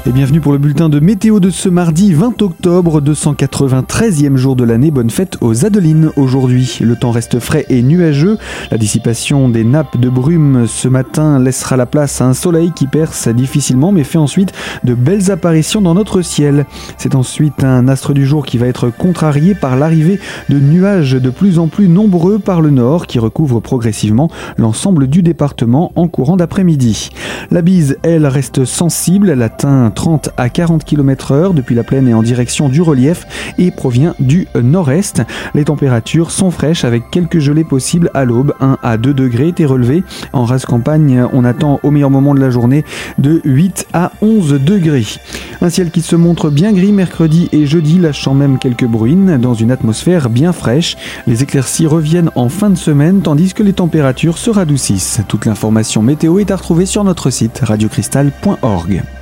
Et bienvenue pour le bulletin de météo de ce mardi 20 octobre, 293e jour de l'année. Bonne fête aux Adelines aujourd'hui. Le temps reste frais et nuageux. La dissipation des nappes de brume ce matin laissera la place à un soleil qui perce difficilement mais fait ensuite de belles apparitions dans notre ciel. C'est ensuite un astre du jour qui va être contrarié par l'arrivée de nuages de plus en plus nombreux par le nord qui recouvrent progressivement l'ensemble du département en courant d'après-midi. La bise, elle, reste sensible. Elle atteint 30 à 40 km/h depuis la plaine et en direction du relief et provient du nord-est. Les températures sont fraîches avec quelques gelées possibles à l'aube. 1 à 2 degrés étaient relevés. En rase campagne, on attend au meilleur moment de la journée de 8 à 11 degrés. Un ciel qui se montre bien gris mercredi et jeudi, lâchant même quelques bruines dans une atmosphère bien fraîche. Les éclaircies reviennent en fin de semaine tandis que les températures se radoucissent. Toute l'information météo est à retrouver sur notre site radiocristal.org.